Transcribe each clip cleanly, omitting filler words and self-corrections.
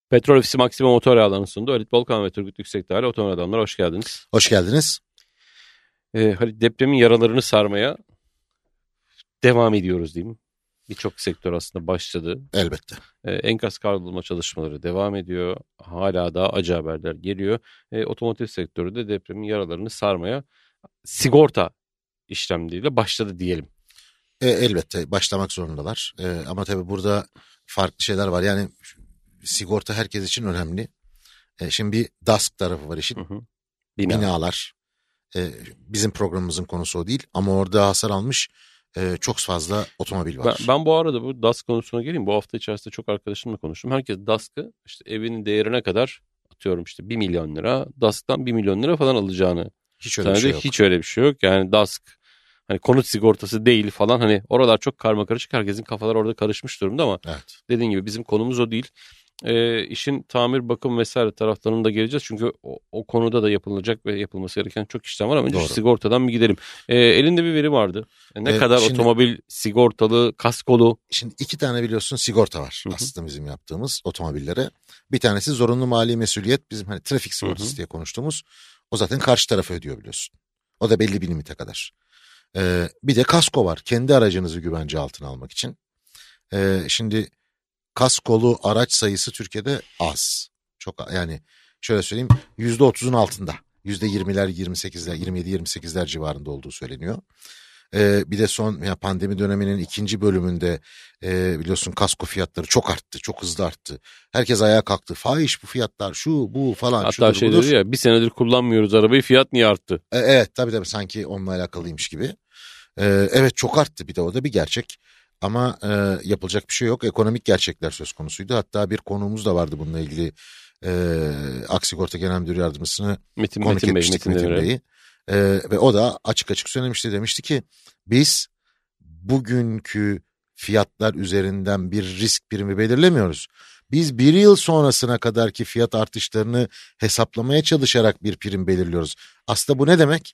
Petrol Ofisi Maxima Motor Yağları'nın sunduğu Halit Bolkan ve Turgut Yüksekdağ'la Otomobil Adamlar hoş geldiniz. Hoş geldiniz. Halit, depremin yaralarını sarmaya devam ediyoruz diyeyim. Birçok sektör aslında başladı. Elbette. Enkaz kaldırma çalışmaları devam ediyor. Hala daha acı haberler geliyor. Otomotiv sektörü de depremin yaralarını sarmaya sigorta işlemleriyle başladı diyelim. Elbette başlamak zorundalar. Ama tabii burada farklı şeyler var. Yani sigorta herkes için önemli. Şimdi bir DASK tarafı var işin. Hı hı. Binalar. Bizim programımızın konusu o değil. Ama orada hasar almış çok fazla otomobil var. Ben bu arada bu DASK konusuna geleyim. Bu hafta içerisinde çok arkadaşımla konuştum. Herkes DASK'ı işte evinin değerine kadar atıyorum işte 1 milyon lira. DASK'tan 1 milyon lira falan alacağını. Hiç öyle bir şey yok. Hiç öyle bir şey yok. Yani DASK hani konut sigortası değil falan, hani oralar çok karmakarışık. Herkesin kafalar orada karışmış durumda ama Evet. dediğin gibi bizim konumuz o değil. İşin tamir, bakım vesaire taraflarına da geleceğiz. Çünkü o konuda da yapılacak ve yapılması gereken çok işlem var ama önce şu sigortadan bir gidelim. Elinde bir veri vardı. Ne kadar şimdi, otomobil sigortalı, kaskolu? Şimdi 2 tane biliyorsun sigorta var. Hı-hı. Aslında bizim yaptığımız otomobillere. Bir tanesi zorunlu mali mesuliyet, bizim hani trafik sigortası Hı-hı. diye konuştuğumuz. O zaten karşı tarafa ödüyor biliyorsun. O da belli bir limite kadar. Bir de kasko var. Kendi aracınızı güvence altına almak için. Şimdi kaskolu araç sayısı Türkiye'de az. Çok, yani şöyle söyleyeyim, %30'un altında. %20'ler, 28'ler, 27-28'ler civarında olduğu söyleniyor. Bir de son pandemi döneminin ikinci bölümünde biliyorsun kasko fiyatları çok arttı. Çok hızlı arttı. Herkes ayağa kalktı. Fahiş bu fiyatlar, şu bu falan. Hatta şey dedi ya, bir senedir kullanmıyoruz arabayı, fiyat niye arttı? Evet tabii sanki onunla alakalıymış gibi. Evet çok arttı, bir de o da bir gerçek. Ama yapılacak bir şey yok. Ekonomik gerçekler söz konusuydu. Hatta bir konuğumuz da vardı bununla ilgili. Aksigorta Genel Müdür Yardımcısını konuk etmiştik, Metin Bey'i. Ve o da açık açık söylemişti. Demişti ki biz bugünkü fiyatlar üzerinden bir risk primi belirlemiyoruz. Biz bir yıl sonrasına kadarki fiyat artışlarını hesaplamaya çalışarak bir prim belirliyoruz. Aslında bu ne demek?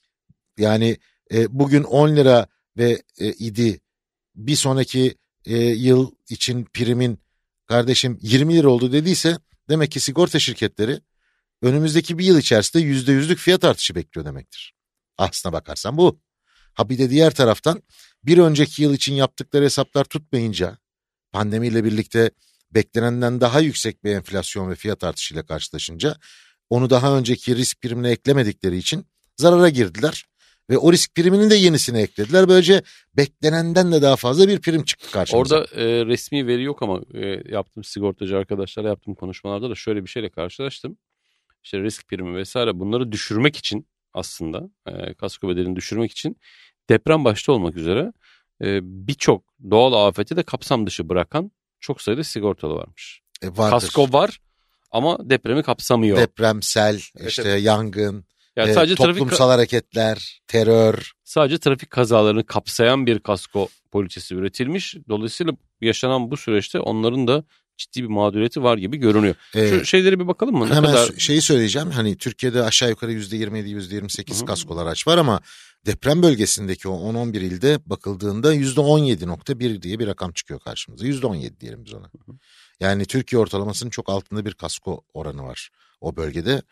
Yani bugün 10 lira ve idi. Bir sonraki yıl için primin kardeşim 20 lira oldu dediyse demek ki sigorta şirketleri önümüzdeki bir yıl içerisinde %100'lük fiyat artışı bekliyor demektir. Aslına bakarsan bu. Ha bir de diğer taraftan bir önceki yıl için yaptıkları hesaplar tutmayınca, pandemiyle birlikte beklenenden daha yüksek bir enflasyon ve fiyat artışıyla karşılaşınca onu daha önceki risk primine eklemedikleri için zarara girdiler. Ve o risk priminin de yenisini eklediler. Böylece beklenenden de daha fazla bir prim çıktı karşımıza. Orada resmi veri yok ama yaptığım sigortacı arkadaşlarla yaptığım konuşmalarda da şöyle bir şeyle karşılaştım. İşte risk primi vesaire, bunları düşürmek için aslında kasko bedelini düşürmek için deprem başta olmak üzere birçok doğal afeti de kapsam dışı bırakan çok sayıda sigortalı varmış. Kasko var ama depremi kapsamıyor. Depremsel, işte evet. Yangın, yani sadece toplumsal hareketler, terör. Sadece trafik kazalarını kapsayan bir kasko poliçesi üretilmiş. Dolayısıyla yaşanan bu süreçte onların da ciddi bir mağduriyeti var gibi görünüyor. Şu şeyleri bir bakalım mı? Hemen şeyi söyleyeceğim. Hani Türkiye'de aşağı yukarı %27, %28 kaskolar araç var ama deprem bölgesindeki o 10-11 ilde bakıldığında %17.1 diye bir rakam çıkıyor karşımıza. %17 diyelim biz ona. Yani Türkiye ortalamasının çok altında bir kasko oranı var o bölgede.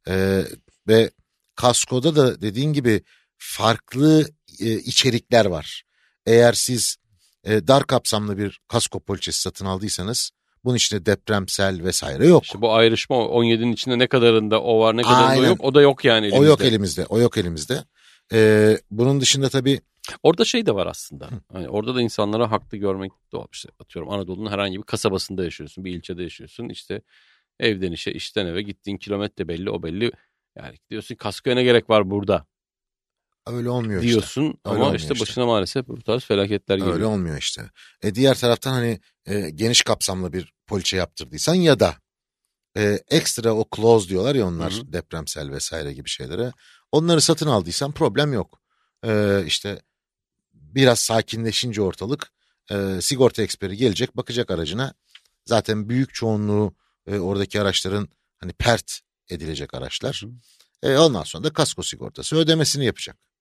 Ve kaskoda da dediğin gibi farklı içerikler var. Eğer siz dar kapsamlı bir kasko poliçesi satın aldıysanız bunun içinde depremsel vesaire yok. İşte bu ayrışma 17'nin içinde ne kadarında o var, ne kadarında o yok. O da yok yani elimizde. O yok elimizde. Bunun dışında tabii. Orada şey de var aslında. Hani orada da insanlara haklı görmek doğal. İşte atıyorum Anadolu'nun herhangi bir kasabasında yaşıyorsun, bir ilçede yaşıyorsun. İşte evden işe, işten eve gittiğin kilometre belli, o belli. Yani diyorsun kaskoya ne gerek var burada? Öyle olmuyor diyorsun işte. Ama işte başına maalesef bu tarz felaketler geliyor. Öyle olmuyor işte. Diğer taraftan hani geniş kapsamlı bir poliçe yaptırdıysan ya da ekstra o clause diyorlar ya onlar, Hı-hı. depremsel vesaire gibi şeylere. Onları satın aldıysan problem yok. İşte biraz sakinleşince ortalık sigorta eksperi gelecek, bakacak aracına. Zaten büyük çoğunluğu oradaki araçların hani pert edilecek araçlar. Ondan sonra da kasko sigortası ödemesini yapacak.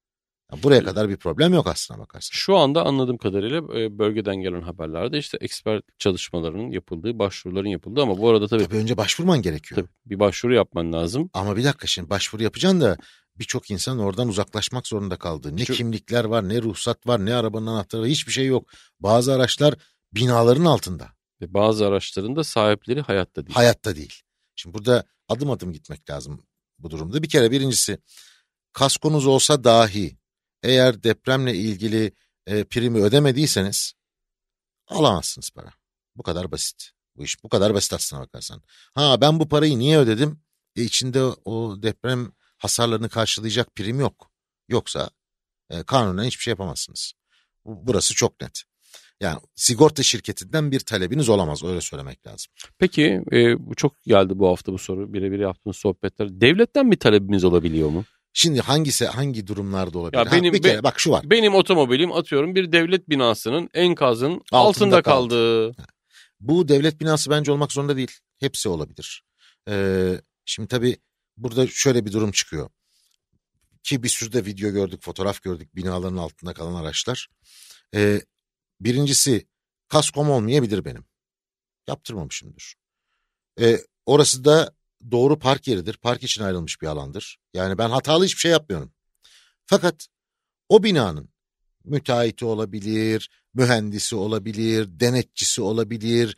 Yani buraya kadar bir problem yok aslına bakarsan. Şu anda anladığım kadarıyla bölgeden gelen haberlerde işte expert çalışmalarının yapıldığı, başvuruların yapıldığı ama bu arada Tabii önce başvurman gerekiyor. tabii bir başvuru yapman lazım. Ama bir dakika, şimdi başvuru yapacaksın da birçok insan oradan uzaklaşmak zorunda kaldı. Ne kimlikler var, ne ruhsat var, ne arabanın anahtarı var, hiçbir şey yok. Bazı araçlar binaların altında. Ve bazı araçların da sahipleri hayatta değil. Hayatta değil. Şimdi burada adım adım gitmek lazım bu durumda. Bir kere birincisi, kaskonuz olsa dahi eğer depremle ilgili primi ödemediyseniz alamazsınız para. Bu kadar basit. Bu iş bu kadar basit aslına bakarsan. Ha, ben bu parayı niye ödedim? İçinde o deprem hasarlarını karşılayacak prim yok. Yoksa kanunen hiçbir şey yapamazsınız. Burası çok net. Yani sigorta şirketinden bir talebiniz olamaz, öyle söylemek lazım. Peki bu çok geldi bu hafta bu soru, birebir yaptığınız sohbetler. Devletten bir talebimiz olabiliyor mu? Şimdi hangi durumlarda olabilir? Ya benim, bir kere bak şu var. Benim otomobilim atıyorum bir devlet binasının enkazının altında kaldı. Bu devlet binası bence olmak zorunda değil. Hepsi olabilir. Şimdi tabii burada şöyle bir durum çıkıyor. Ki bir sürü de video gördük, fotoğraf gördük binaların altında kalan araçlar. Birincisi, kaskom olmayabilir benim. Yaptırmamışımdır. Orası da doğru park yeridir. Park için ayrılmış bir alandır. Yani ben hatalı hiçbir şey yapmıyorum. Fakat o binanın müteahhiti olabilir, mühendisi olabilir, denetçisi olabilir,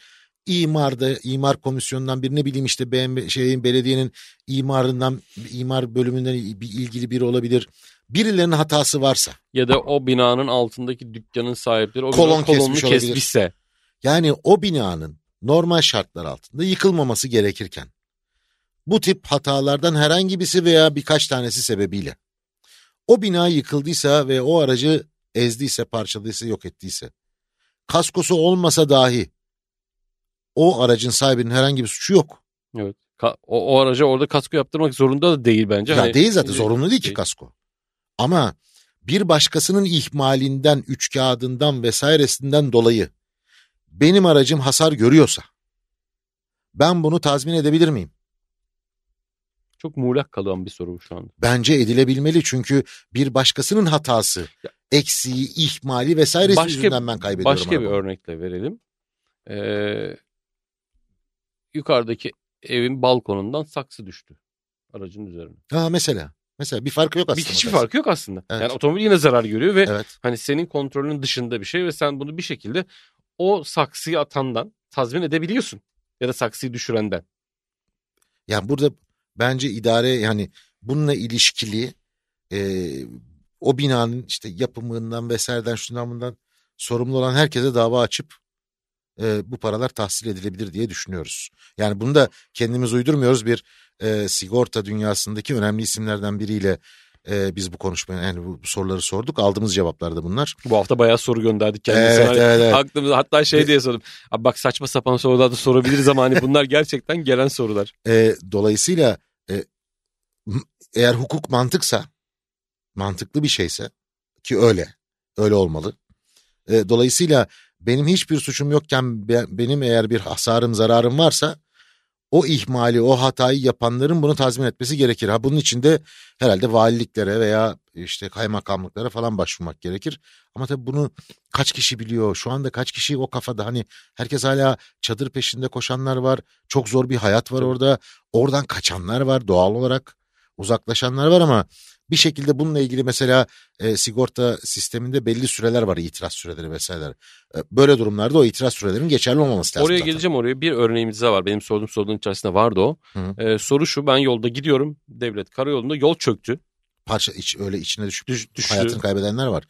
imar komisyonundan bir, ne bileyim işte belediyenin imar bölümünden bir ilgili biri olabilir. Birilerinin hatası varsa. Ya da o binanın altındaki dükkanın sahipleri o kolonunu kesmişse. Yani o binanın normal şartlar altında yıkılmaması gerekirken bu tip hatalardan herhangi birisi veya birkaç tanesi sebebiyle o bina yıkıldıysa ve o aracı ezdiyse, parçaladıysa, yok ettiyse, kaskosu olmasa dahi o aracın sahibinin herhangi bir suçu yok. Evet. O araca orada kasko yaptırmak zorunda da değil bence. Ya değil zaten, zorunlu değil ki kasko. Ama bir başkasının ihmalinden, üç kağıdından vesairesinden dolayı benim aracım hasar görüyorsa ben bunu tazmin edebilir miyim? Çok muğlak kalan bir soru şu anda. Bence edilebilmeli, çünkü bir başkasının hatası, eksiği, ihmali vesairesi yüzünden ben kaybediyorum Başka arabamı. Bir örnekle verelim. Yukarıdaki evin balkonundan saksı düştü aracın üzerine. Ha, mesela bir farkı yok aslında. Hiçbir farkı yok aslında. Evet. Yani otomobil yine zarar görüyor ve evet. Hani senin kontrolünün dışında bir şey ve sen bunu bir şekilde o saksıyı atandan tazmin edebiliyorsun. Ya da saksıyı düşürenden. Yani burada bence idare, yani bununla ilişkili o binanın işte yapımından vesaireden şundan bundan sorumlu olan herkese dava açıp bu paralar tahsil edilebilir diye düşünüyoruz. Yani bunu da kendimiz uydurmuyoruz, bir sigorta dünyasındaki önemli isimlerden biriyle biz bu konuşmaya, yani bu soruları sorduk, aldığımız cevaplar da bunlar. Bu hafta bayağı soru gönderdik kendisine. Evet. Aklımda hatta diye sordum. Abi bak, saçma sapan sorular da sorabiliriz ama hani bunlar gerçekten gelen sorular. Dolayısıyla eğer hukuk mantıklı bir şeyse, ki öyle olmalı. Dolayısıyla benim hiçbir suçum yokken benim eğer bir hasarım, zararım varsa o ihmali, o hatayı yapanların bunu tazmin etmesi gerekir. Bunun için de herhalde valiliklere veya işte kaymakamlıklara falan başvurmak gerekir. Ama tabii bunu kaç kişi biliyor? Şu anda kaç kişi o kafada? Hani herkes hala çadır peşinde koşanlar var. Çok zor bir hayat var orada. Oradan kaçanlar var doğal olarak. Uzaklaşanlar var ama bir şekilde bununla ilgili mesela sigorta sisteminde belli süreler var, itiraz süreleri vesaire. Böyle durumlarda o itiraz sürelerinin geçerli olmaması lazım. Oraya zaten. geleceğim, oraya bir örneğimiz daha var. Benim sorduğum sorunun içerisinde vardı o. Soru şu: ben yolda gidiyorum, devlet karayolunda, yol çöktü. Öyle içine düşüp Düştü. hayatını kaybedenler var.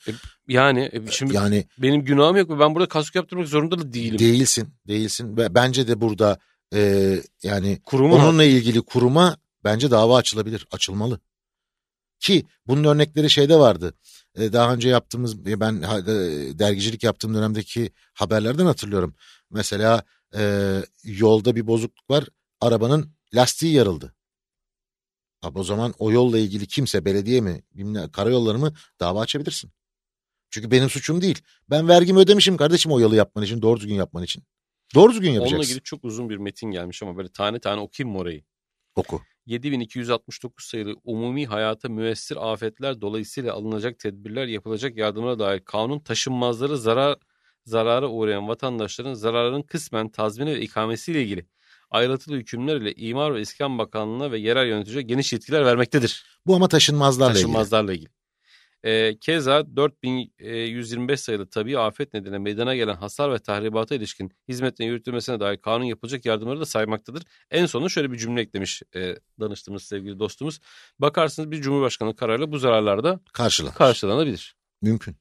Şimdi benim günahım yok ve ben burada kasko yaptırmak zorunda da değilim. Değilsin ve bence de burada yani Kurumun onunla ilgili kuruma bence dava açılmalı. Ki bunun örnekleri şeyde vardı. Daha önce yaptığımız, ben dergicilik yaptığım dönemdeki haberlerden hatırlıyorum. Mesela yolda bir bozukluk var, arabanın lastiği yarıldı. O zaman o yolla ilgili kimse, belediye mi, karayolları mı, dava açabilirsin. Çünkü benim suçum değil. Ben vergimi ödemişim kardeşim o yolu yapman için, doğru düzgün yapman için. Doğru düzgün yapacaksın. Onunla ilgili çok uzun bir metin gelmiş ama böyle tane tane okuyayım mı orayı? Oku. 7269 sayılı umumi hayata müessir afetler dolayısıyla alınacak tedbirler, yapılacak yardımlara dair kanun taşınmazları zarara uğrayan vatandaşların zararının kısmen tazmini ve ikamesiyle ilgili ayrıntılı hükümler ile İmar ve İskan Bakanlığı'na ve yerel yöneticiye geniş yetkiler vermektedir. Bu ama taşınmazlarla ilgili. Keza 4125 sayılı tabii afet nedeniyle meydana gelen hasar ve tahribata ilişkin hizmetlerin yürütülmesine dair kanun yapılacak yardımları da saymaktadır. En sonunda şöyle bir cümle eklemiş danıştığımız sevgili dostumuz. Bakarsınız bir Cumhurbaşkanı kararıyla bu zararlar da karşılanabilir. Mümkün.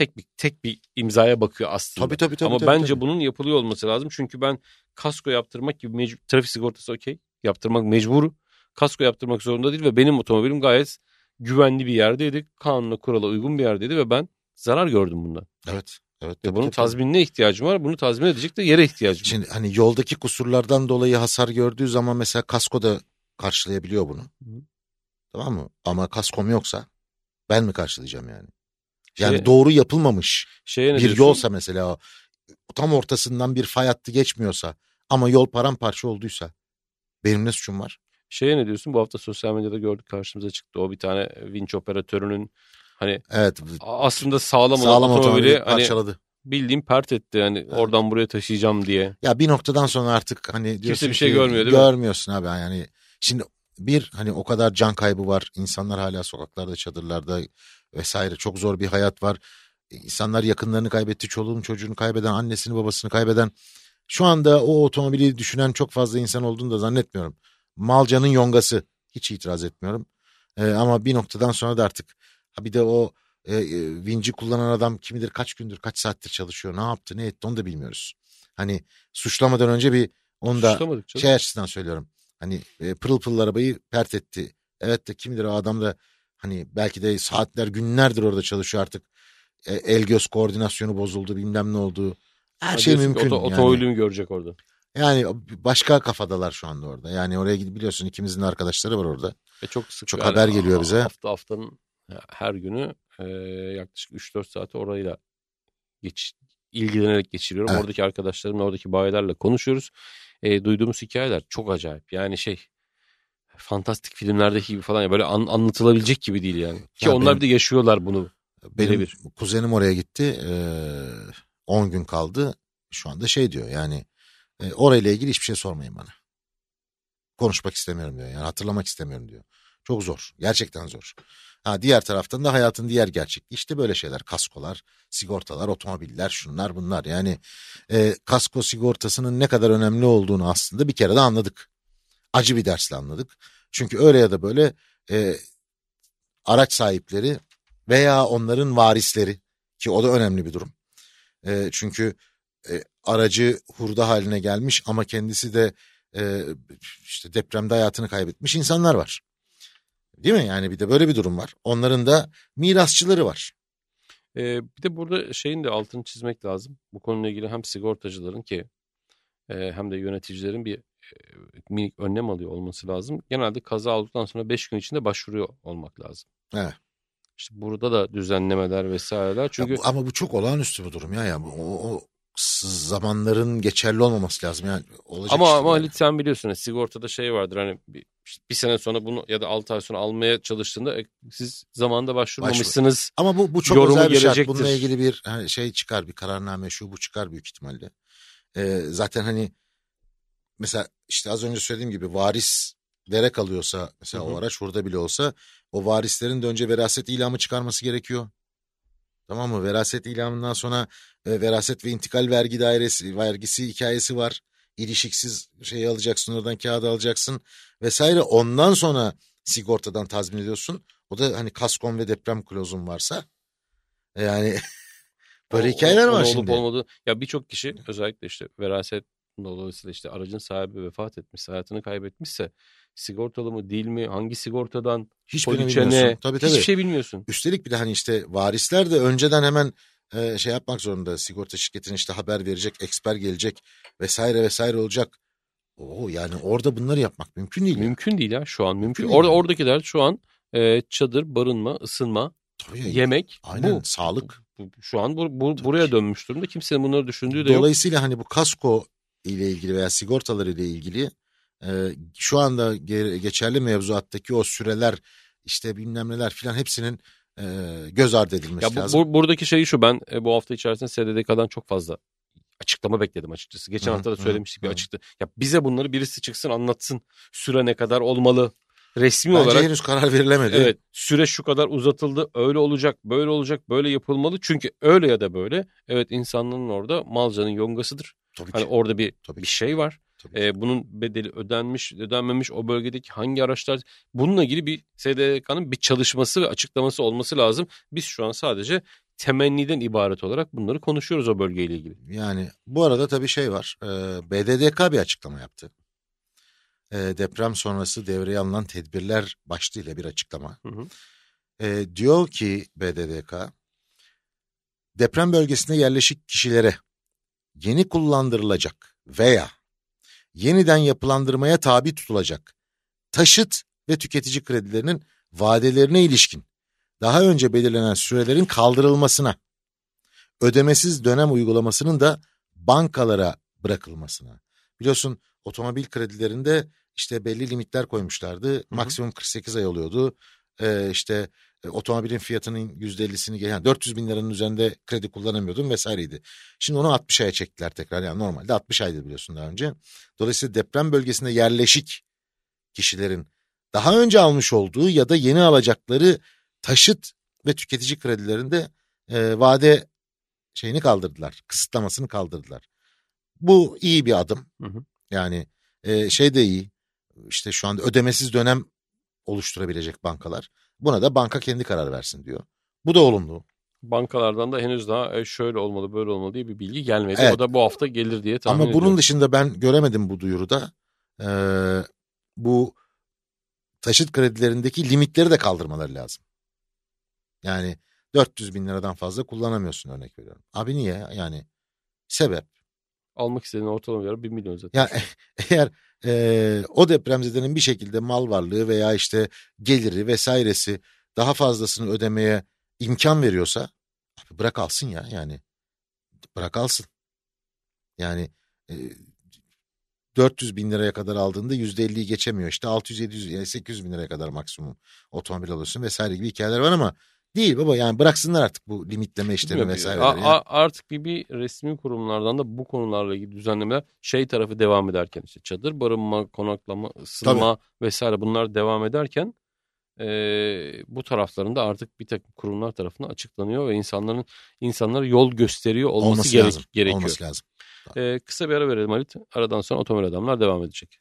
Tek bir imzaya bakıyor aslında. Tabii. Ama bence bunun yapılıyor olması lazım. Çünkü ben kasko yaptırmak gibi trafik sigortası okey. Yaptırmak mecbur. Kasko yaptırmak zorunda değil ve benim otomobilim gayet güvenli bir yerdeydi. Kanuna kurala uygun bir yerdeydi ve ben zarar gördüm bundan. Evet. Ve bunun tazminine ihtiyacım var. Bunu tazmin edecek de yere ihtiyacım var. Şimdi hani yoldaki kusurlardan dolayı hasar gördüğü zaman mesela kasko da karşılayabiliyor bunu. Hı. Tamam mı? Ama kaskom yoksa ben mi karşılayacağım yani? Yani doğru yapılmamış bir yolsa mesela tam ortasından bir fay hattı geçmiyorsa ama yol paramparça olduysa benim ne suçum var? Ne diyorsun? Bu hafta sosyal medyada gördük, karşımıza çıktı. O bir tane vinç operatörünün hani aslında sağlam otomobili parçaladı. Hani bildiğim pert etti yani oradan buraya taşıyacağım diye. Ya bir noktadan sonra artık hani kimse bir şey görmüyor değil mi? Görmüyorsun abi yani. Şimdi hani o kadar can kaybı var. İnsanlar hala sokaklarda, çadırlarda vesaire, çok zor bir hayat var. İnsanlar yakınlarını kaybetti, çoluğunu çocuğunu kaybeden, annesini babasını kaybeden. Şu anda o otomobili düşünen çok fazla insan olduğunu da zannetmiyorum. Malcanın yongası, hiç itiraz etmiyorum. Ama bir noktadan sonra da artık bir de o vinci kullanan adam kim bilir kaç gündür, kaç saattir çalışıyor, ne yaptı, ne etti onu da bilmiyoruz. Hani suçlamadan önce bir onu da açısından söylüyorum. Hani pırıl pırıl arabayı pert etti. Evet de kim bilir o adam da hani belki de saatler, günlerdir orada çalışıyor artık. El göz koordinasyonu bozuldu, bilmem ne oldu. Her şey mümkün. Otomobilimi görecek orada. Yani başka kafadalar şu anda orada. Yani oraya gidip biliyorsun ikimizin de arkadaşları var orada. Çok sık. Çok haber geliyor bize. Haftanın her günü yaklaşık 3-4 saati orayla ilgilenerek geçiriyorum. Evet. Oradaki arkadaşlarımla, oradaki bayilerle konuşuyoruz. Duyduğumuz hikayeler çok acayip. Yani fantastik filmlerdeki gibi falan ya, böyle anlatılabilecek gibi değil yani. Ki onlar bir de yaşıyorlar bunu. Benim kuzenim oraya gitti. 10 gün kaldı. Şu anda diyor yani orayla ilgili hiçbir şey sormayın bana. Konuşmak istemiyorum diyor. Yani hatırlamak istemiyorum diyor. Çok zor. Gerçekten zor. Diğer taraftan da hayatın diğer gerçekliği işte böyle şeyler. Kaskolar, sigortalar, otomobiller, şunlar bunlar. Yani kasko sigortasının ne kadar önemli olduğunu aslında bir kere de anladık. Acı bir dersle anladık. Çünkü öyle ya da böyle araç sahipleri veya onların varisleri, ki o da önemli bir durum. Çünkü aracı hurda haline gelmiş ama kendisi de işte depremde hayatını kaybetmiş insanlar var. Değil mi? Yani bir de böyle bir durum var. Onların da mirasçıları var. Bir de burada de altını çizmek lazım. Bu konuyla ilgili hem sigortacıların ki hem de yöneticilerin bir minik önlem alıyor olması lazım. Genelde kaza olduktan sonra 5 gün içinde başvuruyor olmak lazım. Evet. İşte burada da düzenlemeler vesaireler. Çünkü ama bu çok olağanüstü bir durum ya. Yani o zamanların geçerli olmaması lazım yani. Olacak ama Halit sen biliyorsun sigortada vardır hani bir sene sonra bunu ya da 6 ay sonra almaya çalıştığında siz zamanında başvurmamışsınız. Ama bu çok özel bir şart. Bununla ilgili bir çıkar, bir kararname bu çıkar büyük ihtimalle. Zaten hani mesela işte az önce söylediğim gibi varislere kalıyorsa mesela o araç hurda bile olsa o varislerin de önce veraset ilamı çıkarması gerekiyor. Tamam mı? Veraset ilamından sonra veraset ve intikal vergisi hikayesi var. İlişiksiz alacaksın, oradan kağıdı alacaksın vesaire. Ondan sonra sigortadan tazmin ediyorsun. O da hani kaskon ve deprem klozun varsa yani böyle hikayeler var şimdi. Olmadı. Ya birçok kişi özellikle işte veraset dolayısıyla aracın sahibi vefat etmiş, hayatını kaybetmişse sigortalı mı değil mi, hangi sigortadan, hiçbirini bilmiyorsun. Tabii. Hiçbir şey bilmiyorsun. Üstelik bir de hani varisler de önceden hemen yapmak zorunda. Sigorta şirketine haber verecek, eksper gelecek vesaire olacak. Yani orada bunları yapmak mümkün değil. Mümkün değil ya şu an mümkün. Oradakiler şu an çadır, barınma, ısınma, yemek, aynen, sağlık. Şu an buraya dönmüş durumda. Kimsenin bunları düşündüğü de yok. Dolayısıyla hani bu kasko ile ilgili veya sigortalar ile ilgili Şu anda geçerli mevzuattaki o süreler işte bilmem neler filan hepsinin göz ardı edilmesi lazım. Buradaki şey şu, ben bu hafta içerisinde SDDK'dan çok fazla açıklama bekledim açıkçası. Geçen hafta da söylemiştik bir açıklama. Ya bize bunları birisi çıksın anlatsın. Süre ne kadar olmalı? Resmi Bence olarak henüz karar verilemedi. evet, süre şu kadar uzatıldı. Öyle olacak, böyle olacak, böyle yapılmalı. Çünkü öyle ya da böyle. Evet, insanlığın orada malcanın yongasıdır. Tabii Hani ki. orada bir Tabii ki. şey var. Bunun bedeli ödenmiş, ödenmemiş, o bölgedeki hangi araçlar, bununla ilgili bir SDK'nın bir çalışması ve açıklaması olması lazım. Biz şu an sadece temenniden ibaret olarak bunları konuşuyoruz o bölgeyle ilgili. Yani bu arada tabii şey var. BDDK bir açıklama yaptı. Deprem sonrası devreye alınan tedbirler başlığıyla bir açıklama. Diyor ki BDDK, deprem bölgesinde yerleşik kişilere yeni kullandırılacak veya yeniden yapılandırmaya tabi tutulacak taşıt ve tüketici kredilerinin vadelerine ilişkin daha önce belirlenen sürelerin kaldırılmasına, ödemesiz dönem uygulamasının da bankalara bırakılmasına. Biliyorsun otomobil kredilerinde işte belli limitler koymuşlardı. Maksimum 48 ay oluyordu. Otomobilin fiyatının %50'sini yani 400 bin liranın üzerinde kredi kullanamıyordun vesaireydi. Şimdi onu 60 aya çektiler tekrar. Yani normalde 60 aydı biliyorsun daha önce. Dolayısıyla deprem bölgesinde yerleşik kişilerin daha önce almış olduğu ya da yeni alacakları taşıt ve tüketici kredilerinde vade şeyini kaldırdılar. Kısıtlamasını kaldırdılar. Bu iyi bir adım. Yani şey de iyi. İşte şu anda ödemesiz dönem oluşturabilecek bankalar. Buna da banka kendi karar versin diyor. Bu da olumlu. Bankalardan da henüz daha şöyle olmalı böyle olmalı diye bir bilgi gelmedi. Evet. O da bu hafta gelir diye tahmin ediyorum. Ama bunun dışında ben göremedim bu duyuruda. Bu taşıt kredilerindeki limitleri de kaldırmaları lazım. Yani 400 bin liradan fazla kullanamıyorsun örnek veriyorum. Abi niye? Yani sebep. Almak istediğin ortalama bir 1 milyon zaten. Yani eğer o depremzedenin bir şekilde mal varlığı veya işte geliri vesairesi daha fazlasını ödemeye imkan veriyorsa abi bırak alsın ya yani. Bırak alsın. Yani 400 bin liraya kadar aldığında %50'yi geçemiyor. İşte 600-700 yani 800 bin liraya kadar maksimum otomobil alıyorsun vesaire gibi hikayeler var ama değil baba yani bıraksınlar artık bu limitleme işlemi vesaire. Artık bir resmi kurumlardan da bu konularla ilgili düzenlemeler tarafı devam ederken işte çadır barınma, konaklama, ısınma vesaire bunlar devam ederken bu taraflarında artık bir takım kurumlar tarafından açıklanıyor ve insanlara yol gösteriyor olması gerekiyor. Olması lazım. Kısa bir ara verelim Halit. Aradan sonra Otomobil Adamlar devam edecek.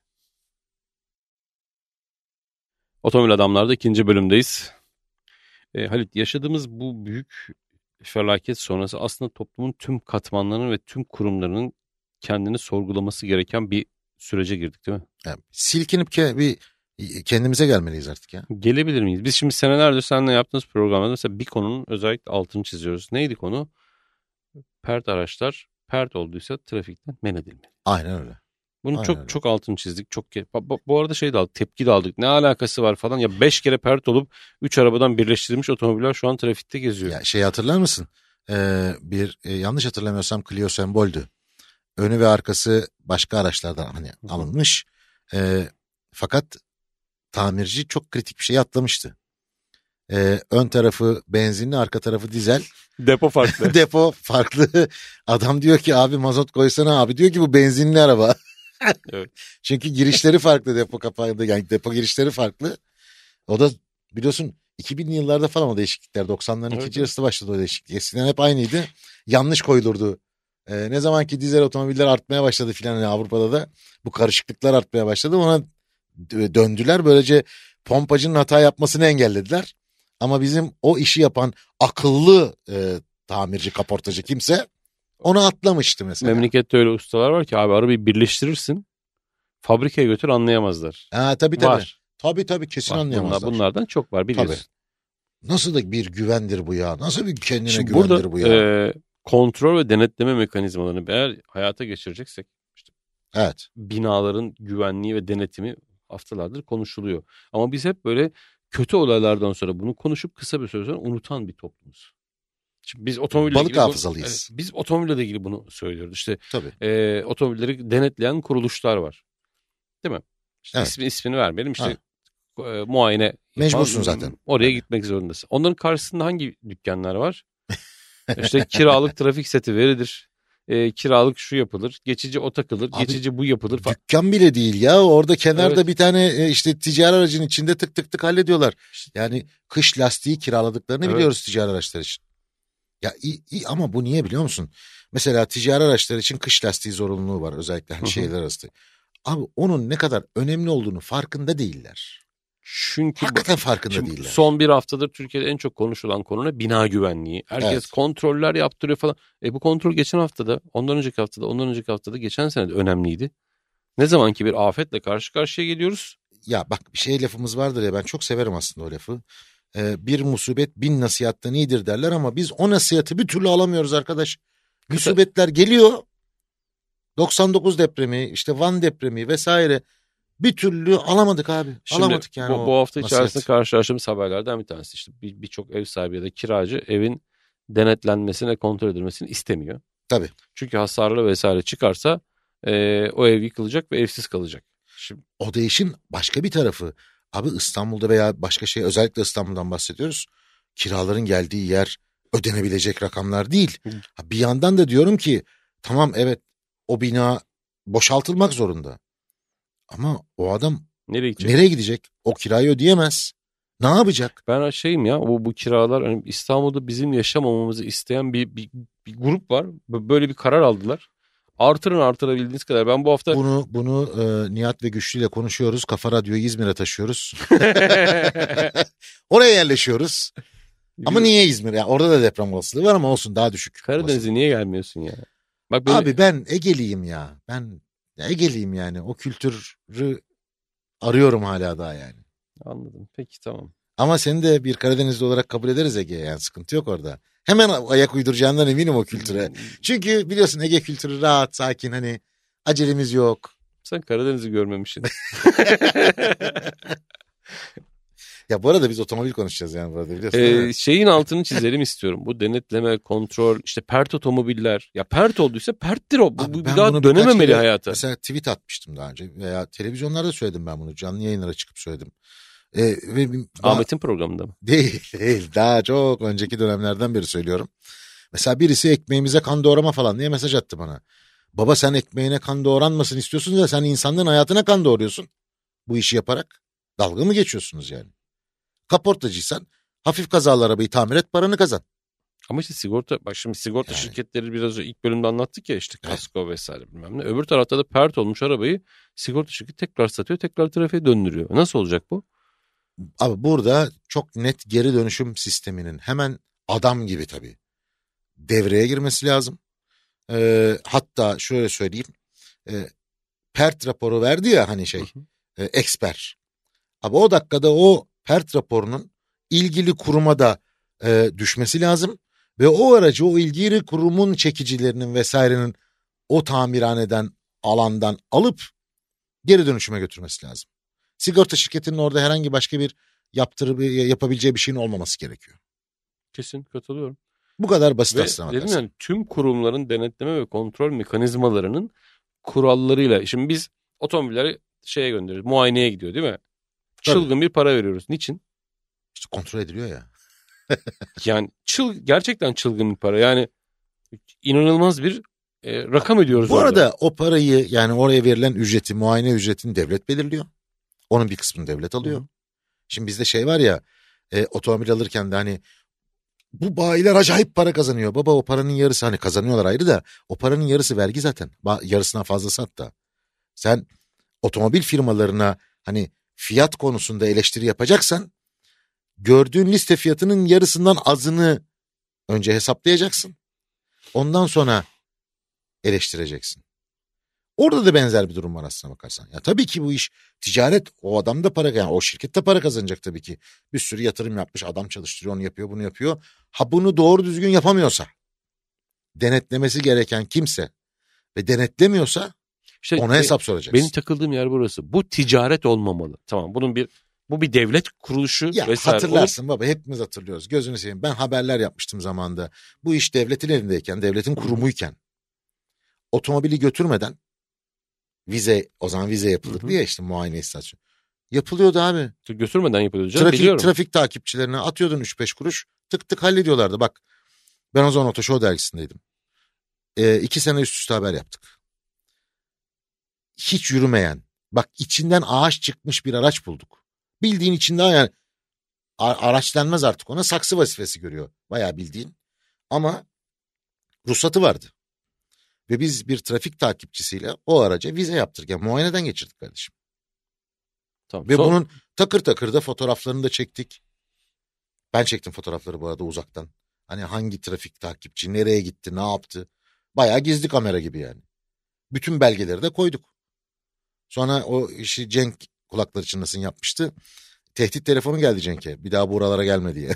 Otomobil Adamlar'da 2. bölümdeyiz. Halit, yaşadığımız bu büyük felaket sonrası aslında toplumun tüm katmanlarının ve tüm kurumlarının kendini sorgulaması gereken bir sürece girdik değil mi? Yani silkinip bir kendimize gelmeliyiz artık ya. Gelebilir miyiz? Biz şimdi senelerdir seninle yaptığımız programda mesela bir konunun özellikle altını çiziyoruz. Neydi konu? Pert araçlar pert olduysa trafikten men edilmeli. Aynen öyle. Bunu çok altını çizdik. Bu arada de aldık, tepki de aldık. Ne alakası var falan. Ya 5 kere pert olup 3 arabadan birleştirilmiş otomobiller şu an trafikte geziyor. Ya hatırlar mısın? Yanlış hatırlamıyorsam Clio semboldü. Önü ve arkası başka araçlardan alınmış. Fakat tamirci çok kritik bir şey atlamıştı. Ön tarafı benzinli, arka tarafı dizel. Depo farklı. Depo farklı. Adam diyor ki abi mazot koysana abi. Diyor ki bu benzinli araba. Evet. Çünkü girişleri farklı depo kapağında. Yani depo girişleri farklı. O da biliyorsun 2000'li yıllarda falan o değişiklikler. 90'ların ikinci yarısı başladı o değişiklik. Eskiden hep aynıydı. Yanlış koyulurdu. Ne zaman ki dizel otomobiller artmaya başladı filan Avrupa'da da bu karışıklıklar artmaya başladı. Ona döndüler. Böylece pompacının hata yapmasını engellediler. Ama bizim o işi yapan akıllı tamirci, kaportacı kimse onu atlamıştı mesela. Memlekette öyle ustalar var ki abi arabayı birleştirirsin. Fabrikaya götür anlayamazlar. Tabii. Var. Tabii kesin var, anlayamazlar. Bunlardan çok var biliyorsun. Tabii. Nasıl da bir güvendir bu ya? Nasıl bir kendine güvendir bu ya? Burada kontrol ve denetleme mekanizmalarını eğer hayata geçireceksek işte evet. Binaların güvenliği ve denetimi haftalardır konuşuluyor. Ama biz hep böyle kötü olaylardan sonra bunu konuşup kısa bir süre sonra unutan bir toplumuz. Şimdi biz balık hafızalıyız. Biz otomobille ilgili bunu söylüyoruz. İşte otomobilleri denetleyen kuruluşlar var. Değil mi? İşte Evet. ismini vermeyelim. İşte muayene Mecbursun zaten. Oraya gitmek zorundasın. Onların karşısında hangi dükkanlar var? İşte kiralık trafik seti verilir. Kiralık şu yapılır. Geçici o takılır. Abi, geçici bu yapılır falan. Dükkan bile değil ya. Orada kenarda Evet. bir tane işte ticari aracın içinde tık tık tık hallediyorlar. Yani kış lastiği kiraladıklarını Evet. biliyoruz ticari araçlar için. Ya iyi ama bu niye biliyor musun? Mesela ticari araçlar için kış lastiği zorunluluğu var özellikle hani şehirler arası. Abi onun ne kadar önemli olduğunu farkında değiller. Çünkü Hakikaten farkında şimdi değiller. son bir haftadır Türkiye'de en çok konuşulan konu ne? Bina güvenliği. Herkes Evet. kontroller yaptırıyor falan. Bu kontrol geçen haftada, ondan önceki haftada, ondan önceki haftada, geçen sene de önemliydi. Ne zaman ki bir afetle karşı karşıya geliyoruz. Ya bak bir şey lafımız vardır ya ben çok severim aslında o lafı. Bir musibet 1000 nasihattan iyidir derler ama biz o nasihatı bir türlü alamıyoruz arkadaş. Musibetler geliyor. 99 depremi, işte Van depremi vesaire bir türlü alamadık abi. Şimdi Alamadık yani bu hafta nasihat. içerisinde karşılaştığımız haberlerden bir tanesi. İşte birçok ev sahibi ya da kiracı evin denetlenmesine, kontrol edilmesini istemiyor. Tabii. Çünkü hasarlı vesaire çıkarsa o ev yıkılacak ve evsiz kalacak. Şimdi, O da işin başka bir tarafı. Abi İstanbul'da veya başka şey özellikle İstanbul'dan bahsediyoruz. Kiraların geldiği yer ödenebilecek rakamlar değil. Bir yandan da diyorum ki tamam evet o bina boşaltılmak zorunda. Ama o adam nereye gidecek? nereye gidecek? O kirayı ödeyemez. Ne yapacak? Ben şeyim ya, bu kiralar hani İstanbul'da bizim yaşamamamızı isteyen bir grup var. Böyle bir karar aldılar. Artırın artırabildiğiniz kadar. Ben bu hafta Bunu Nihat ve Güçlü ile konuşuyoruz. Kafa Radyo'yu İzmir'e taşıyoruz. Oraya yerleşiyoruz. Ama niye İzmir? Yani orada da deprem olasılığı var ama olsun daha düşük. Karadeniz'e niye gelmiyorsun ya? Bak Abi ben Ege'liyim ya. Ben Ege'liyim yani. O kültürü arıyorum hala daha yani. Anladım. Peki tamam. Ama seni de bir Karadenizli olarak kabul ederiz Ege. Yani sıkıntı yok orada. Hemen ayak uyduracağından eminim o kültüre. Çünkü biliyorsun Ege kültürü rahat, sakin hani acelemiz yok. Sen Karadeniz'i görmemişsin. Ya bu arada biz otomobil konuşacağız yani burada biliyorsun değil mi? Şeyin altını çizelim istiyorum. Bu denetleme, kontrol, işte pert otomobiller. Ya pert olduysa perttir o. Abi Bu ben bir daha bunu birkaç dönememeli kere hayata. mesela tweet atmıştım daha önce veya televizyonlarda söyledim ben bunu. Canlı yayınlara çıkıp söyledim. Ve Ahmet'in programında mı? değil daha çok önceki dönemlerden beri söylüyorum. Mesela birisi ekmeğimize kan doğrama falan diye mesaj attı bana. Baba sen ekmeğine kan doğranmasın istiyorsun da sen insanlığın hayatına kan doğuruyorsun. Bu işi yaparak dalga mı geçiyorsunuz yani? Kaportacıysan hafif kazalı arabayı tamir et paranı kazan. Ama işte sigorta, bak şimdi sigorta Yani. şirketleri biraz ilk bölümde anlattık ya, işte kasko vesaire bilmem ne. Öbür tarafta da pert olmuş arabayı sigorta şirketi tekrar satıyor, tekrar trafiğe döndürüyor. Nasıl olacak bu? Abi burada çok net geri dönüşüm sisteminin hemen adam gibi tabii devreye girmesi lazım. Hatta şöyle söyleyeyim. PERT raporu verdi ya hani eksper. Abi o dakikada o PERT raporunun ilgili kuruma da düşmesi lazım. Ve o aracı o ilgili kurumun çekicilerinin vesairenin o tamirhaneden alandan alıp geri dönüşüme götürmesi lazım. Sigorta şirketinin orada herhangi başka bir yapabileceği bir şeyin olmaması gerekiyor. Kesin katılıyorum. Bu kadar basit Ve aslında. dedim yani tüm kurumların denetleme ve kontrol mekanizmalarının kurallarıyla. Şimdi biz otomobilleri şeye gönderiyoruz. Muayeneye gidiyor değil mi? Çılgın Tabii. bir para veriyoruz. Niçin? İşte kontrol ediliyor ya. Yani gerçekten çılgın bir para. Yani inanılmaz bir rakam ödüyoruz Bu orada. arada o parayı yani oraya verilen ücreti, muayene ücretini devlet belirliyor. Onun bir kısmını devlet alıyor. Hı. Şimdi bizde var ya otomobil alırken de hani bu bayiler acayip para kazanıyor. Baba o paranın yarısı hani kazanıyorlar ayrı da o paranın yarısı vergi zaten. Yarısından fazlası hatta. Sen otomobil firmalarına hani fiyat konusunda eleştiri yapacaksan gördüğün liste fiyatının yarısından azını önce hesaplayacaksın. Ondan sonra eleştireceksin. Orada da benzer bir durum var aslına bakarsan. Ya tabii ki bu iş ticaret, o adam da para yani o şirket de para kazanacak tabii ki. Bir sürü yatırım yapmış, adam çalıştırıyor, onu yapıyor, bunu yapıyor. Ha bunu doğru düzgün yapamıyorsa, denetlemesi gereken kimse ve denetlemiyorsa İşte ona hesap soracaksın. Benim takıldığım yer burası. Bu ticaret olmamalı. Tamam, bu bir devlet kuruluşu Ya vesaire. hatırlarsın baba, hepimiz hatırlıyoruz. Gözünü seveyim, ben haberler yapmıştım zamanında. Bu iş devletin elindeyken, devletin kurumuyken otomobili götürmeden Vize, o zaman vize yapılırdı ya işte, muayene istasyonu. Yapılıyordu abi. Götürmeden yapılıyordu canım, biliyorum. Trafik takipçilerine atıyordun 3-5 kuruş, tık tık hallediyorlardı. Bak ben o zaman Otoshow dergisindeydim. 2 sene üst üste haber yaptık. Hiç yürümeyen, bak içinden ağaç çıkmış bir araç bulduk. Bildiğin içinde, yani araç denmez artık ona, saksı vazifesi görüyor. Bayağı bildiğin. Ama ruhsatı vardı. Ve biz bir trafik takipçisiyle o araca vize yaptırırken muayeneden geçirdik kardeşim. Tamam, ve bunun takır takır da fotoğraflarını da çektik. Ben çektim fotoğrafları bu arada uzaktan. Hani hangi trafik takipçi nereye gitti, ne yaptı. Bayağı gizli kamera gibi yani. Bütün belgeleri de koyduk. Sonra o işi Cenk kulakları çınlasın yapmıştı. Tehdit telefonu geldi Cenk'e. Bir daha buralara gelme diye.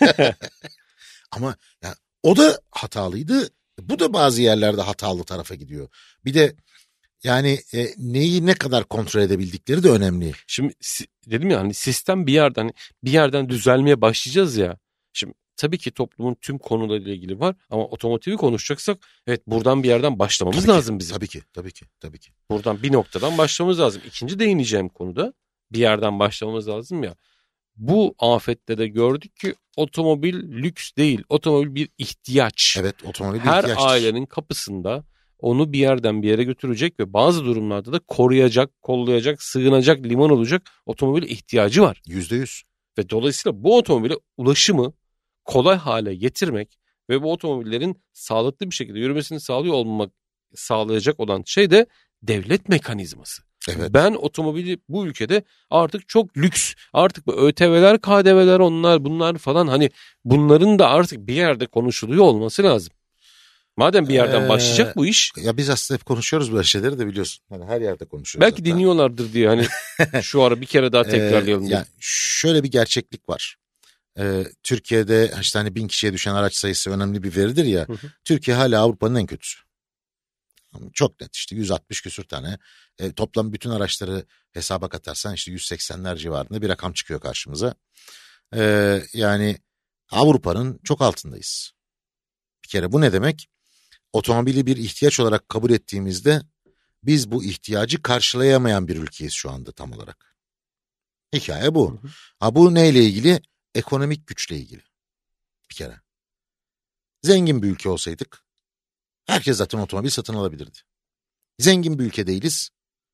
Ama ya, o da hatalıydı. Bu da bazı yerlerde hatalı tarafa gidiyor. Bir de yani neyi ne kadar kontrol edebildikleri de önemli. Şimdi dedim ya, hani sistem bir yerden düzelmeye başlayacağız ya. Şimdi tabii ki toplumun tüm konularıyla ilgili var ama otomotivi konuşacaksak evet, buradan bir yerden başlamamız lazım bizim. Tabii ki. Buradan bir noktadan başlamamız lazım. İkinci değineceğim konuda bir yerden başlamamız lazım ya. Bu afette de gördük ki otomobil lüks değil. Otomobil bir ihtiyaç. Evet, otomobil bir Her ihtiyaçtır. ailenin kapısında onu bir yerden bir yere götürecek ve bazı durumlarda da koruyacak, kollayacak, sığınacak, liman olacak otomobil ihtiyacı var. %100. Ve dolayısıyla bu otomobile ulaşımı kolay hale getirmek ve bu otomobillerin sağlıklı bir şekilde yürümesini sağlayacak olan şey de devlet mekanizması. Evet. Ben otomobili bu ülkede artık çok lüks, artık bu ÖTV'ler, KDV'ler, bunlar falan, hani bunların da artık bir yerde konuşuluyor olması lazım. Madem bir yerden başlayacak bu iş. Ya biz aslında hep konuşuyoruz böyle şeyleri de, biliyorsun. Hani her yerde konuşuyoruz. Belki dinliyorlardır diye hani şu ara bir kere daha tekrarlayalım diye. Yani şöyle bir gerçeklik var. Türkiye'de işte hani 1000 kişiye düşen araç sayısı önemli bir veridir ya. Hı hı. Türkiye hala Avrupa'nın en kötüsü. Çok net işte 160 küsür tane. Toplam bütün araçları hesaba katarsan işte 180'ler civarında bir rakam çıkıyor karşımıza. Yani Avrupa'nın çok altındayız. Bir kere bu ne demek? Otomobili bir ihtiyaç olarak kabul ettiğimizde biz bu ihtiyacı karşılayamayan bir ülkeyiz şu anda tam olarak. Hikaye bu. Hı hı. Ha, bu neyle ilgili? Ekonomik güçle ilgili. Bir kere. Zengin bir ülke olsaydık herkes zaten otomobil satın alabilirdi. Zengin bir ülke değiliz.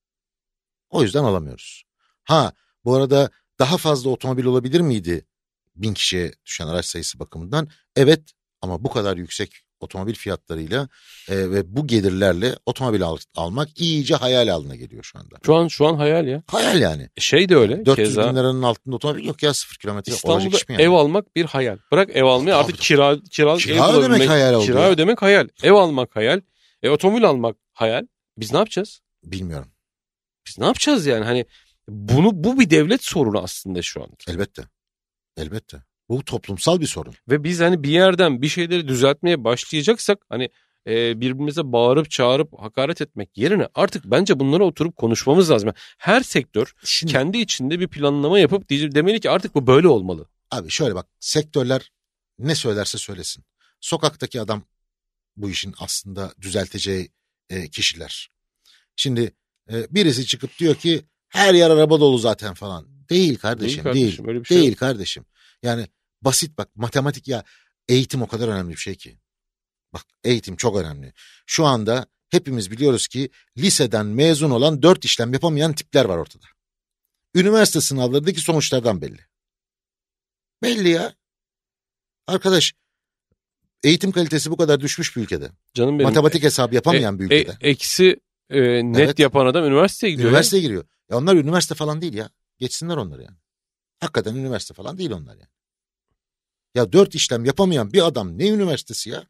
O yüzden alamıyoruz. Ha, bu arada daha fazla otomobil olabilir miydi 1000 kişiye düşen araç sayısı bakımından? Evet, ama bu kadar yüksek otomobil fiyatlarıyla ve bu gelirlerle otomobil almak iyice hayal haline geliyor şu anda. Şu an hayal ya. Hayal yani. Şey de öyle. 400 keza bin liranın altında otomobil yok ya, 0 kilometre olacak İstanbul'da iş mi yani? ev almak bir hayal. Bırak ev almayı, Tabii, artık tabii. kira ödemek hayal oldu. Kira ödemek hayal. Ev almak hayal. Otomobil almak hayal. Biz ne yapacağız? Bilmiyorum. Biz ne yapacağız yani? Hani bu bir devlet sorunu aslında şu an. Elbette. Bu toplumsal bir sorun. Ve biz hani bir yerden bir şeyleri düzeltmeye başlayacaksak hani birbirimize bağırıp çağırıp hakaret etmek yerine artık bence bunlara oturup konuşmamız lazım. Her sektör kendi içinde bir planlama yapıp demeli ki artık bu böyle olmalı. Abi şöyle bak, sektörler ne söylerse söylesin. Sokaktaki adam bu işin aslında düzelteceği kişiler. Şimdi birisi çıkıp diyor ki her yer araba dolu zaten falan. Değil kardeşim. Öyle bir şey Değil yok. kardeşim. Yani basit bak, matematik ya, eğitim o kadar önemli bir şey ki. Bak, eğitim çok önemli. Şu anda hepimiz biliyoruz ki liseden mezun olan 4 işlem yapamayan tipler var ortada. Üniversite sınavlarındaki sonuçlardan belli. Belli ya. Arkadaş, eğitim kalitesi bu kadar düşmüş bir ülkede. Canım benim. Matematik hesabı yapamayan bir ülkede. Eksi net Evet. yapan adam üniversiteye gidiyor. Üniversiteye giriyor. Ya onlar üniversite falan değil ya. Geçsinler onları yani. Hakikaten üniversite falan değil onlar yani. Ya 4 işlem yapamayan bir adam ne üniversitesi ya?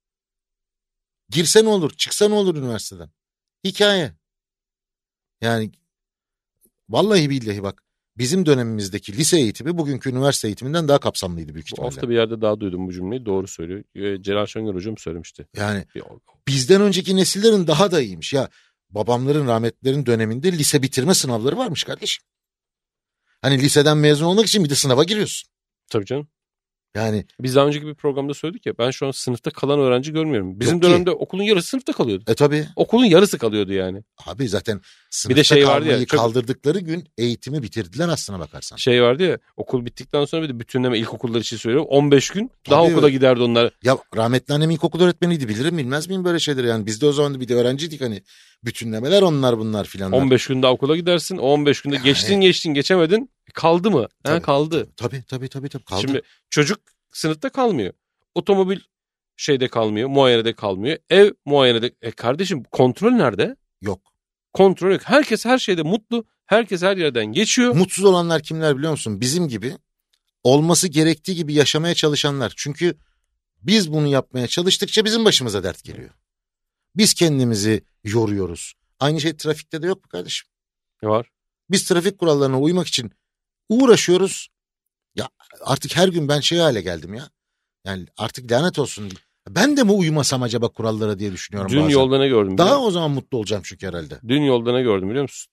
Girse ne olur, çıksa ne olur üniversiteden? Hikaye. Yani vallahi billahi bak, bizim dönemimizdeki lise eğitimi bugünkü üniversite eğitiminden daha kapsamlıydı büyük Bu ihtimalle. hafta bir yerde daha duydum bu cümleyi. Doğru söylüyor. Celal Şengör hocam söylemişti. Yani bizden önceki nesillerin daha da iyiymiş. Ya babamların, rahmetlilerin döneminde lise bitirme sınavları varmış kardeşim. Hani liseden mezun olmak için bir de sınava giriyorsun. Tabii canım. Yani Biz daha önceki bir programda söyledik ya, ben şu an sınıfta kalan öğrenci görmüyorum. Bizim Yok ki. dönemde okulun yarısı sınıfta kalıyordu. tabii. Okulun yarısı kalıyordu yani. Abi zaten Bir de sınıfta şey vardı ya, kalmayı çok kaldırdıkları gün eğitimi bitirdiler aslına bakarsan. şey vardı ya, okul bittikten sonra bir de bütünleme, ilkokullar için söylüyorum, 15 gün daha Tabii. okula giderdi onlar. Ya rahmetli annem ilkokul öğretmeniydi, bilirim bilmez miyim böyle şeyleri yani. Biz de o zaman bir de öğrenciydik hani, bütünlemeler onlar bunlar filanlar. 15 gün daha okula gidersin. O 15 günde Yani- geçtin geçemedin. Kaldı mı? Tabii, Kaldı. Tabii kaldı. Şimdi çocuk sınıfta kalmıyor. Otomobil şeyde kalmıyor. Muayenede kalmıyor. Ev muayenede. Kardeşim, kontrol nerede? Yok. Kontrol yok. Herkes her şeyde mutlu. Herkes her yerden geçiyor. Mutsuz olanlar kimler biliyor musun? Bizim gibi, olması gerektiği gibi yaşamaya çalışanlar. Çünkü biz bunu yapmaya çalıştıkça bizim başımıza dert geliyor. Biz kendimizi yoruyoruz. Aynı şey trafikte de yok mu kardeşim? Ne var? Biz trafik kurallarına uymak için uğraşıyoruz. Ya artık her gün ben şey hale geldim ya. Yani artık lanet olsun. Ben de mi uyumasam acaba kurallara diye düşünüyorum Dün bazen. yolda ne gördüm? Daha o zaman mutlu olacağım çünkü herhalde. Dün yolda ne gördüm biliyor musun?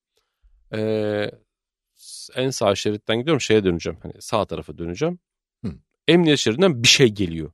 En sağ şeritten gidiyorum, şeye döneceğim. Hani sağ tarafa döneceğim. Hı. Emniyet şeridinden bir şey geliyor.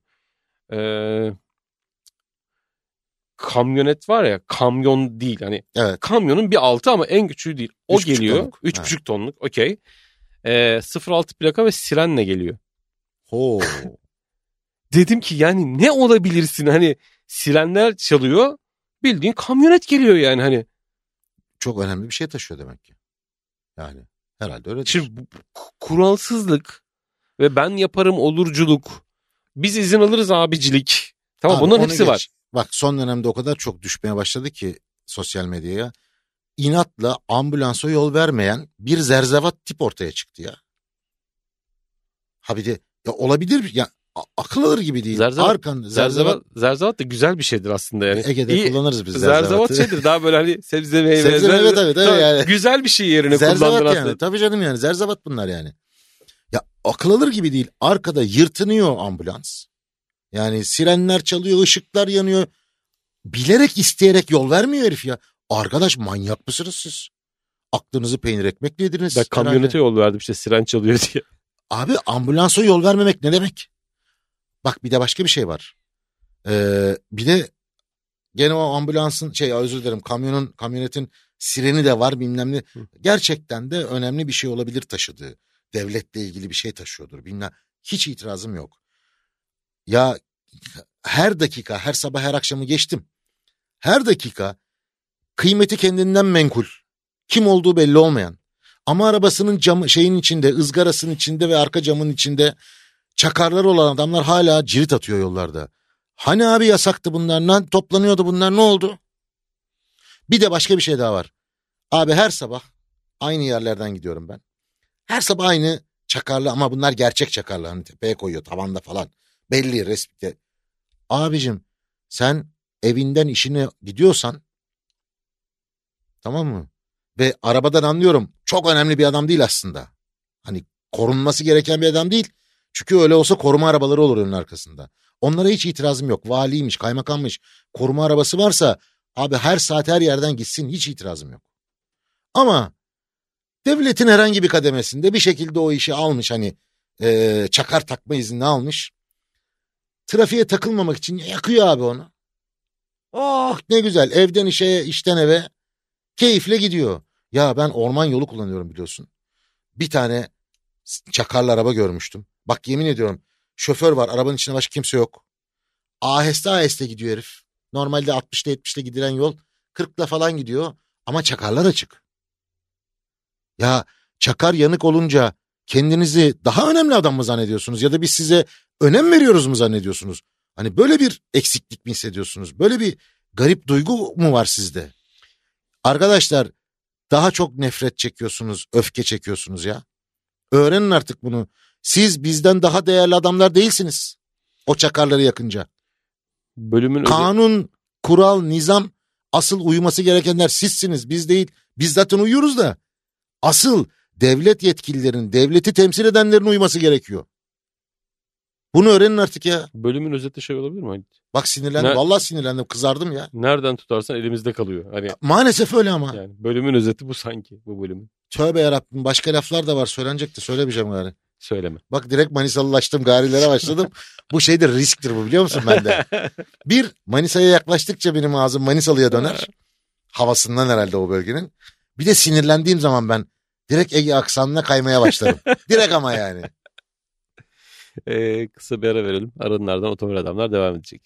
Kamyonet var ya, kamyon değil hani, Evet. kamyonun bir altı ama en küçüğü değil. O 3,5 geliyor. tonluk. 3,5 tonluk. Okey. 06 plaka ve sirenle geliyor. Ho. Dedim ki yani ne olabilirsin, hani sirenler çalıyor, bildiğin kamyonet geliyor yani hani. Çok önemli bir şey taşıyor demek ki. Yani herhalde öyledir. Şimdi kuralsızlık ve ben yaparım olurculuk. Biz izin alırız abicilik. Tamam, Abi, bunların onu hepsi geç. var. Bak son dönemde o kadar çok düşmeye başladı ki sosyal medyaya. İnatla ambulansa yol vermeyen bir zerzevat tip ortaya çıktı ya. Ha bir de ya olabilir ya, akıl alır gibi değil. Zerzevat da güzel bir şeydir aslında yani. Ege'de kullanırız biz Zerzevat zerzevatı. şeydir daha böyle hani sebze meyve. Sebze meyve tabii yani. Güzel bir şey yerine kullandın Zerzevat aslında. yani. Tabii canım yani zerzevat bunlar yani. Ya akıl alır gibi değil. Arkada yırtınıyor ambulans. Yani sirenler çalıyor, ışıklar yanıyor. Bilerek isteyerek yol vermiyor herif ya. Arkadaş manyak mısınız siz? Aklınızı peynir ekmekle yediniz. Ben kamyonete yol verdim işte, siren çalıyor diye. Abi ambulansa yol vermemek ne demek? Bak bir de başka bir şey var. Bir de gene o ambulansın özür dilerim, kamyonetin sireni de var bilmem ne. Gerçekten de önemli bir şey olabilir taşıdığı. Devletle ilgili bir şey taşıyordur bilmem. Hiç itirazım yok. Ya her dakika, her sabah her akşamı geçtim. Her dakika kıymeti kendinden menkul, kim olduğu belli olmayan ama arabasının camı şeyin içinde, ızgarasının içinde ve arka camın içinde çakarlar olan adamlar hala cirit atıyor yollarda. Hani abi yasaktı bunlar, toplanıyordu bunlar, ne oldu? Bir de başka bir şey daha var. Abi her sabah aynı yerlerden gidiyorum ben. Her sabah aynı çakarlı ama bunlar gerçek çakarlı, hani tepeye koyuyor tavanda falan. Belli resmikte. Abicim sen evinden işine gidiyorsan, tamam mı? Ve arabadan anlıyorum, çok önemli bir adam değil aslında. Hani korunması gereken bir adam değil. Çünkü öyle olsa koruma arabaları olur önün arkasında. Onlara hiç itirazım yok. Valiymiş, kaymakammış, koruma arabası varsa abi her saat her yerden gitsin, hiç itirazım yok. Ama devletin herhangi bir kademesinde bir şekilde o işi almış, hani çakar takma izni almış. Trafiğe takılmamak için yakıyor abi onu. Oh ne güzel, evden işe, işten eve keyifle gidiyor. Ya ben orman yolu kullanıyorum biliyorsun. Bir tane çakarlı araba görmüştüm. Bak yemin ediyorum, şoför var, arabanın içinde başka kimse yok. Aheste aheste gidiyor herif. Normalde 60'la 70'le gidilen yol 40'la falan gidiyor ama çakarlar açık. Ya çakar yanık olunca kendinizi daha önemli adam mı zannediyorsunuz ya da biz size önem veriyoruz mu zannediyorsunuz? Hani böyle bir eksiklik mi hissediyorsunuz? Böyle bir garip duygu mu var sizde? Arkadaşlar daha çok nefret çekiyorsunuz, öfke çekiyorsunuz ya. Öğrenin artık bunu. Siz bizden daha değerli adamlar değilsiniz. O çakarları yakınca. Kanun, kural, nizam, asıl uyuması gerekenler sizsiniz, biz değil. Biz zaten uyuyoruz da. Asıl devlet yetkililerin, devleti temsil edenlerin uyuması gerekiyor. Bunu öğrenin artık ya. Bölümün özeti şey olabilir mi? Bak sinirlendim. Vallahi sinirlendim. Kızardım ya. Nereden tutarsan elimizde kalıyor. Hani maalesef öyle ama. Yani bölümün özeti bu sanki, bu bölümün. Tövbe yarabbim, başka laflar da var söylenecekti. Söylemeyeceğim gari. Söyleme. Bak direkt Manisalılaştım, garilere başladım. Bu şeydir, risktir bu, biliyor musun bende? Bir, Manisa'ya yaklaştıkça benim ağzım Manisalı'ya döner. Havasından herhalde o bölgenin. Bir de sinirlendiğim zaman ben direkt Ege aksanına kaymaya başlarım. Direkt ama yani. Kısa bir ara verelim. Aranın ardından Otomobil Adamlar devam edecek.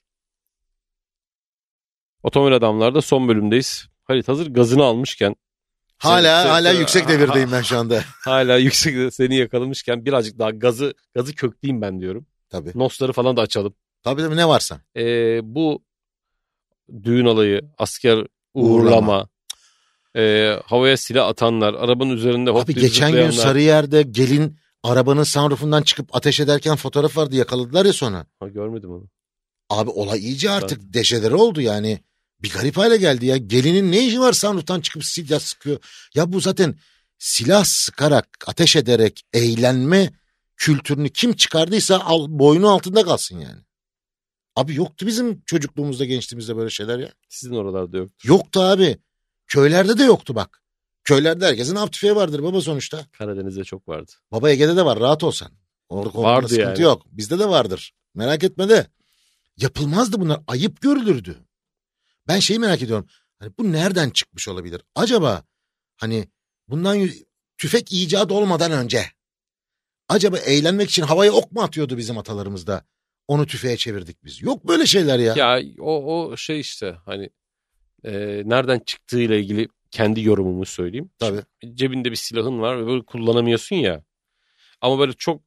Otomobil Adamlar'da son bölümdeyiz. Halit, hazır gazını almışken. Hala yüksek devirdeyim ben şu anda. Hala yüksek, seni yakalamışken birazcık daha gazı kökleyeyim ben diyorum. Tabii. Nosları falan da açalım. Tabii ne varsa. Bu düğün alayı, asker uğurlama, havaya silah atanlar, arabanın üzerinde Abi geçen gün Sarıyer'de gelin arabanın sunroofundan çıkıp ateş ederken fotoğraf vardı, yakaladılar ya sonra. Ha, görmedim onu. Abi olay iyice artık deşedere oldu yani. Bir garip hale geldi ya. Gelinin ne işi var sunrooftan çıkıp silah sıkıyor. Ya bu zaten silah sıkarak, ateş ederek eğlenme kültürünü kim çıkardıysa boynu altında kalsın yani. Abi yoktu bizim çocukluğumuzda, gençliğimizde böyle şeyler ya. Sizin oralarda yok. Yoktu abi. Köylerde de yoktu bak. Köylerde herkesin av tüfeği vardır baba sonuçta. Karadeniz'de çok vardı. Baba Ege'de de var, rahat olsan. Orada vardı sıkıntı yani. Yok. Bizde de vardır. Merak etme de. Yapılmazdı bunlar. Ayıp görülürdü. Ben şeyi merak ediyorum. Hani bu nereden çıkmış olabilir? Acaba hani bundan tüfek icat olmadan önce acaba eğlenmek için havaya ok mu atıyordu bizim atalarımız da? Onu tüfeğe çevirdik biz. Yok böyle şeyler ya. Ya o şey işte hani nereden çıktığıyla ilgili kendi yorumumu söyleyeyim. Tabii. Cebinde bir silahın var ve böyle kullanamıyorsun ya. Ama böyle çok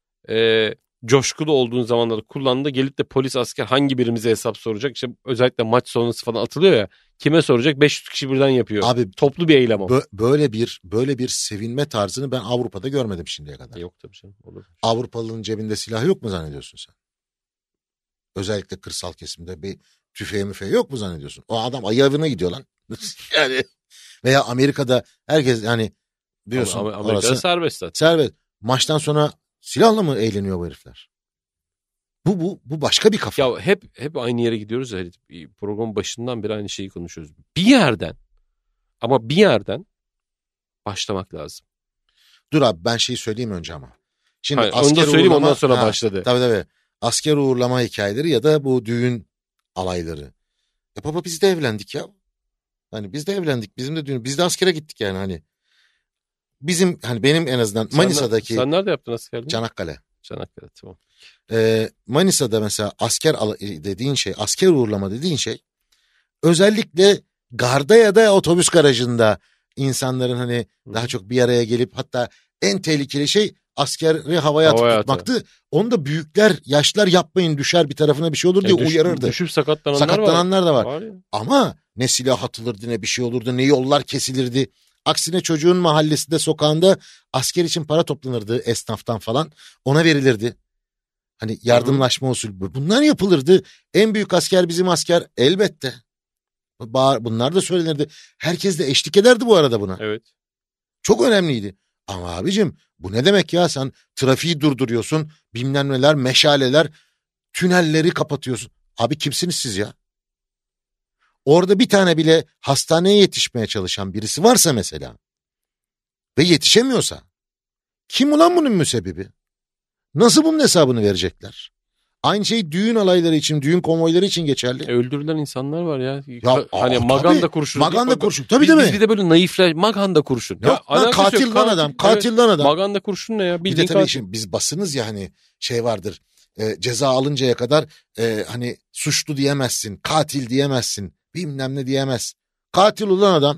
coşkulu olduğun zamanlarda kullandı. Gelip de polis, asker hangi birimize hesap soracak? İşte özellikle maç sonrası falan atılıyor ya. Kime soracak? 500 kişi birden yapıyor. Abi toplu bir eylem o. Böyle bir sevinme tarzını ben Avrupa'da görmedim şimdiye kadar. Yok tabii canım. Olur. Avrupalı'nın cebinde silah yok mu zannediyorsun sen? Özellikle kırsal kesimde bir tüfeği müfeği yok mu zannediyorsun? O adam ayı avına gidiyor lan. Yani veya Amerika'da herkes yani diyorsun. Ama Amerika'da serbest zaten. Serbest. Maçtan sonra silahla mı eğleniyor bu herifler? Bu başka bir kafa. Ya hep aynı yere gidiyoruz ya. Program başından beri aynı şeyi konuşuyoruz. Bir yerden başlamak lazım. Dur abi ben şeyi söyleyeyim önce ama. Şimdi hayır, onu da söyleyeyim ondan sonra başladı. Tabii. Asker uğurlama hikayeleri ya da bu düğün alayları. Baba biz de evlendik ya. Hani biz de evlendik. Bizim de düğün. Biz de askere gittik yani hani. Bizim hani benim en azından Manisa'daki. Sen nerede yaptın askerliği? Çanakkale. Çanakkale tamam. Manisa'da mesela dediğin şey, asker uğurlama dediğin şey özellikle garda ya da otobüs garajında insanların hani daha çok bir araya gelip, hatta en tehlikeli şey askeri havaya atıp tutmaktı. Onu da büyükler, yaşlılar yapmayın düşer bir tarafına bir şey olur diye uyarırdı. Düşüp sakatlananlar da var. Ama ne silah atılırdı ne bir şey olurdu, ne yollar kesilirdi. Aksine çocuğun mahallesinde, sokağında asker için para toplanırdı esnaftan falan. Ona verilirdi. Hani yardımlaşma usulü. Bunlar yapılırdı. En büyük asker bizim asker elbette. Bunlar da söylenirdi. Herkes de eşlik ederdi bu arada buna. Evet. Çok önemliydi. Ama abicim bu ne demek ya, sen trafiği durduruyorsun, bilmem neler, meşaleler, tünelleri kapatıyorsun. Abi kimsiniz siz ya? Orada bir tane bile hastaneye yetişmeye çalışan birisi varsa mesela ve yetişemiyorsa, kim ulan bunun müsebbibi? Nasıl bunun hesabını verecekler? Aynı şey düğün alayları için, düğün konvoyları için geçerli. Öldürülen insanlar var ya. Hani Maganda kurşun. Maganda kurşun. Tabii değil mi? Biz bir de böyle naifler. Maganda kurşun. Ya katil lan adam. Katil lan adam. Maganda kurşun ne ya? Bir de tabii şimdi biz basınız ya, hani şey vardır. Ceza alıncaya kadar hani suçlu diyemezsin. Katil diyemezsin. Bilmem ne diyemez. Katil ulan adam.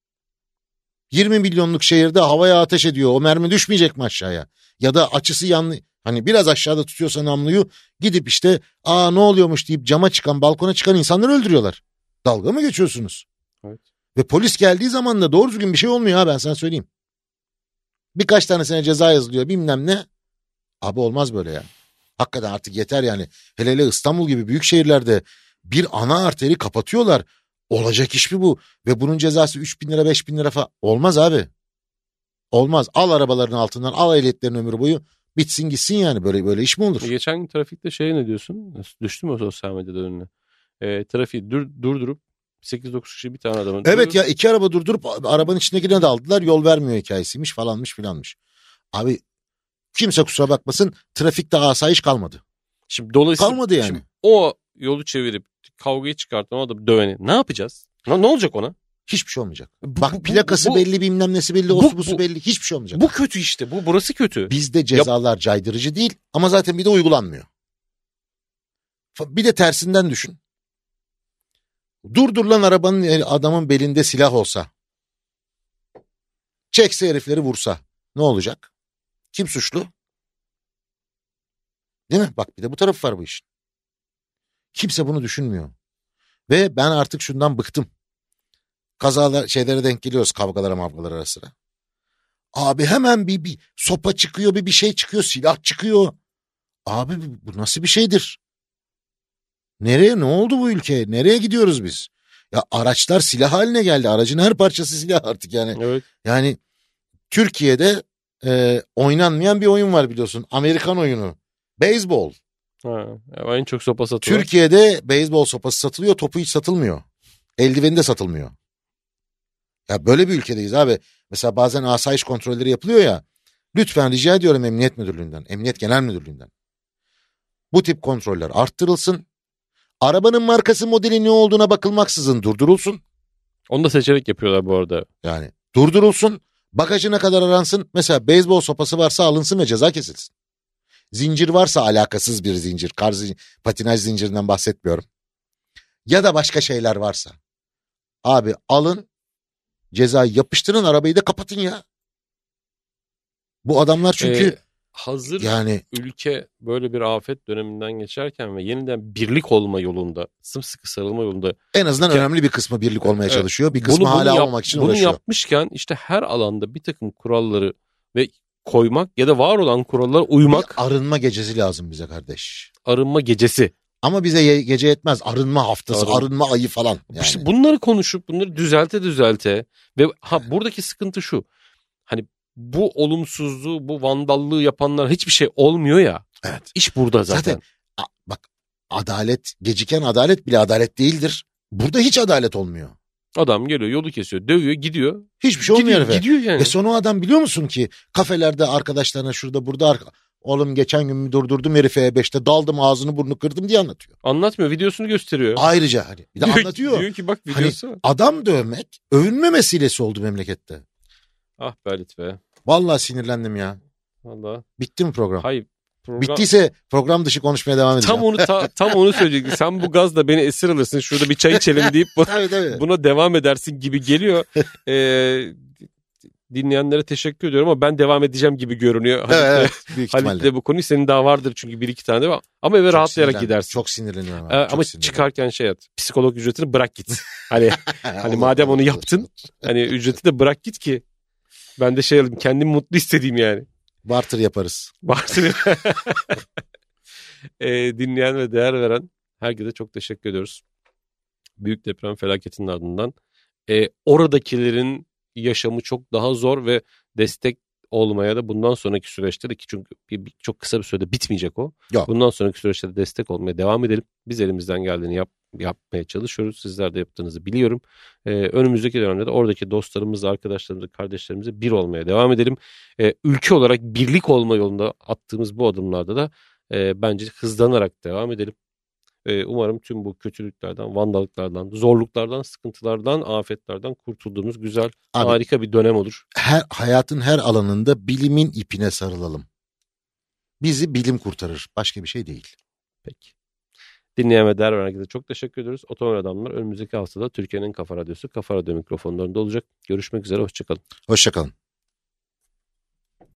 20 milyonluk şehirde havaya ateş ediyor. O mermi düşmeyecek mi aşağıya? Ya da açısı yanlış. Hani biraz aşağıda tutuyorsa namluyu, gidip işte ne oluyormuş deyip cama çıkan, balkona çıkan insanları öldürüyorlar. Dalga mı geçiyorsunuz? Evet. Ve polis geldiği zaman da doğru düzgün bir şey olmuyor ha, ben sana söyleyeyim. Birkaç tanesine ceza yazılıyor bilmem ne. Abi olmaz böyle ya. Hakikaten artık yeter yani. Hele İstanbul gibi büyük şehirlerde bir ana arteri kapatıyorlar. Olacak iş mi bu? Ve bunun cezası 3.000 lira 5.000 lira falan. Olmaz abi. Olmaz. Al arabaların altından, al ehliyetlerin ömür boyu. Bitsin gitsin yani, böyle iş mi olur? Geçen gün trafikte ne diyorsun? Düştü mü o sosyal medyada önüne? Trafiği durdurup 8-9 kişi bir tane adamın. Evet ya, 2 araba durdurup arabanın içindekine de aldılar. Yol vermiyor hikayesiymiş falanmış filanmış. Abi Kimse kusura bakmasın, trafikte asayiş kalmadı. Şimdi dolayısıyla Kalmadı yani. şimdi o yolu çevirip kavgayı çıkartan o adamı döveni ne yapacağız? Ne olacak ona? Hiçbir şey olmayacak. Bu- Bak bu- plakası bu- belli, bilmem nesi belli, bu- osu busu bu- belli. Hiçbir şey olmayacak. Bu kötü işte. Burası kötü. Bizde cezalar caydırıcı değil ama zaten bir de uygulanmıyor. Bir de tersinden düşün. Durdurulan arabanın, adamın belinde silah olsa, çekse herifleri vursa ne olacak? Kim suçlu? Değil mi? Bak bir de bu tarafı var bu işin. Kimse bunu düşünmüyor. Ve ben artık şundan bıktım. Kazalar, şeylere denk geliyoruz, kavgalara mavgalara ara sıra. Abi hemen bir sopa çıkıyor, bir şey çıkıyor, silah çıkıyor. Abi bu nasıl bir şeydir? Nereye, ne oldu bu ülke? Nereye gidiyoruz biz? Ya araçlar silah haline geldi. Aracın her parçası silah artık yani. Evet. Yani Türkiye'de oynanmayan bir oyun var biliyorsun. Amerikan oyunu. Beyzbol. Ha, en çok sopa satıyor. Türkiye'de beyzbol sopası satılıyor, topu hiç satılmıyor. Eldiveni de satılmıyor. Ya böyle bir ülkedeyiz abi. Mesela bazen asayiş kontrolleri yapılıyor ya. Lütfen rica ediyorum Emniyet Müdürlüğü'nden, Emniyet Genel Müdürlüğü'nden. Bu tip kontroller arttırılsın. Arabanın markası, modeli ne olduğuna bakılmaksızın durdurulsun. Onu da seçerek yapıyorlar bu arada. Yani durdurulsun. Bagajına kadar aransın. Mesela beyzbol sopası varsa alınsın ve ceza kesilsin. Zincir varsa alakasız bir zincir. Patinaj zincirinden bahsetmiyorum. Ya da başka şeyler varsa. Abi alın, cezayı yapıştırın, arabayı da kapatın ya. Bu adamlar çünkü hazır yani ülke böyle bir afet döneminden geçerken ve yeniden birlik olma yolunda, sımsıkı sarılma yolunda en azından önemli bir kısmı birlik olmaya çalışıyor. Bir kısmı hala olmak için bunu uğraşıyor. yapmışken işte her alanda bir takım kuralları ve koymak ya da var olan kurallara uymak. Bir arınma gecesi lazım bize kardeş. Arınma gecesi. Ama bize gece yetmez. Arınma haftası, arınma ayı falan. Yani. İşte bunları konuşup bunları düzelte ve buradaki sıkıntı şu. Hani bu olumsuzluğu, bu vandallığı yapanlar hiçbir şey olmuyor ya. Evet. İş burada zaten. Bak adalet, geciken adalet bile adalet değildir. Burada hiç adalet olmuyor. Adam geliyor, yolu kesiyor, dövüyor, gidiyor. Hiçbir şey olmuyor herife. Gidiyor yani. Ve sonu adam biliyor musun ki kafelerde arkadaşlarına şurada burada oğlum geçen gün durdurdum herife E5'te, daldım ağzını burnunu kırdım diye anlatıyor. Anlatmıyor, videosunu gösteriyor. Ayrıca hani bir de anlatıyor. Diyor ki bak videosu. Hani adam dövmek övünme meselesi oldu memlekette. Ah be Halit be. Vallahi sinirlendim ya. Vallahi. Bitti mi program? Hayır. Program... Bittiyse program dışı konuşmaya devam edeceğim. Tam onu söyleyecektim. Sen bu gazla beni esir alırsın. Şurada bir çay içelim deyip tabii. Buna devam edersin gibi geliyor. Dinleyenlere teşekkür ediyorum ama ben devam edeceğim gibi görünüyor. Evet, büyük ihtimalle. Halit'le bu konuyu senin daha vardır çünkü bir iki tane de var. Ama eve rahatlayarak gidersin. Çok sinirleniyorum abi. Ama çıkarken psikolog ücretini bırak git. Hani madem onu yaptın, hani ücreti de bırak git ki ben de alayım, kendimi mutlu istediğim yani. Barter yaparız. Barter. Dinleyen ve değer veren herkese çok teşekkür ediyoruz. Büyük deprem felaketinin ardından oradakilerin yaşamı çok daha zor ve destek olmaya da bundan sonraki süreçte de, ki çünkü çok kısa bir sürede bitmeyecek o. Yok. Bundan sonraki süreçte de destek olmaya devam edelim. Biz elimizden geldiğini yapmaya çalışıyoruz. Sizler de yaptığınızı biliyorum. Önümüzdeki dönemde de oradaki dostlarımızla, arkadaşlarımızla, kardeşlerimizle bir olmaya devam edelim. Ülke olarak birlik olma yolunda attığımız bu adımlarda da bence hızlanarak devam edelim. Umarım tüm bu kötülüklerden, vandallıklardan, zorluklardan, sıkıntılardan, afetlerden kurtulduğumuz güzel, harika bir dönem olur. Hayatın her alanında bilimin ipine sarılalım. Bizi bilim kurtarır. Başka bir şey değil. Peki. Dinleyen ve değer veren herkese çok teşekkür ediyoruz. Otomobil Adamlar önümüzdeki haftada Türkiye'nin Kafa Radyosu, Kafa Radyo mikrofonlarında olacak. Görüşmek üzere, hoşçakalın. Hoşçakalın.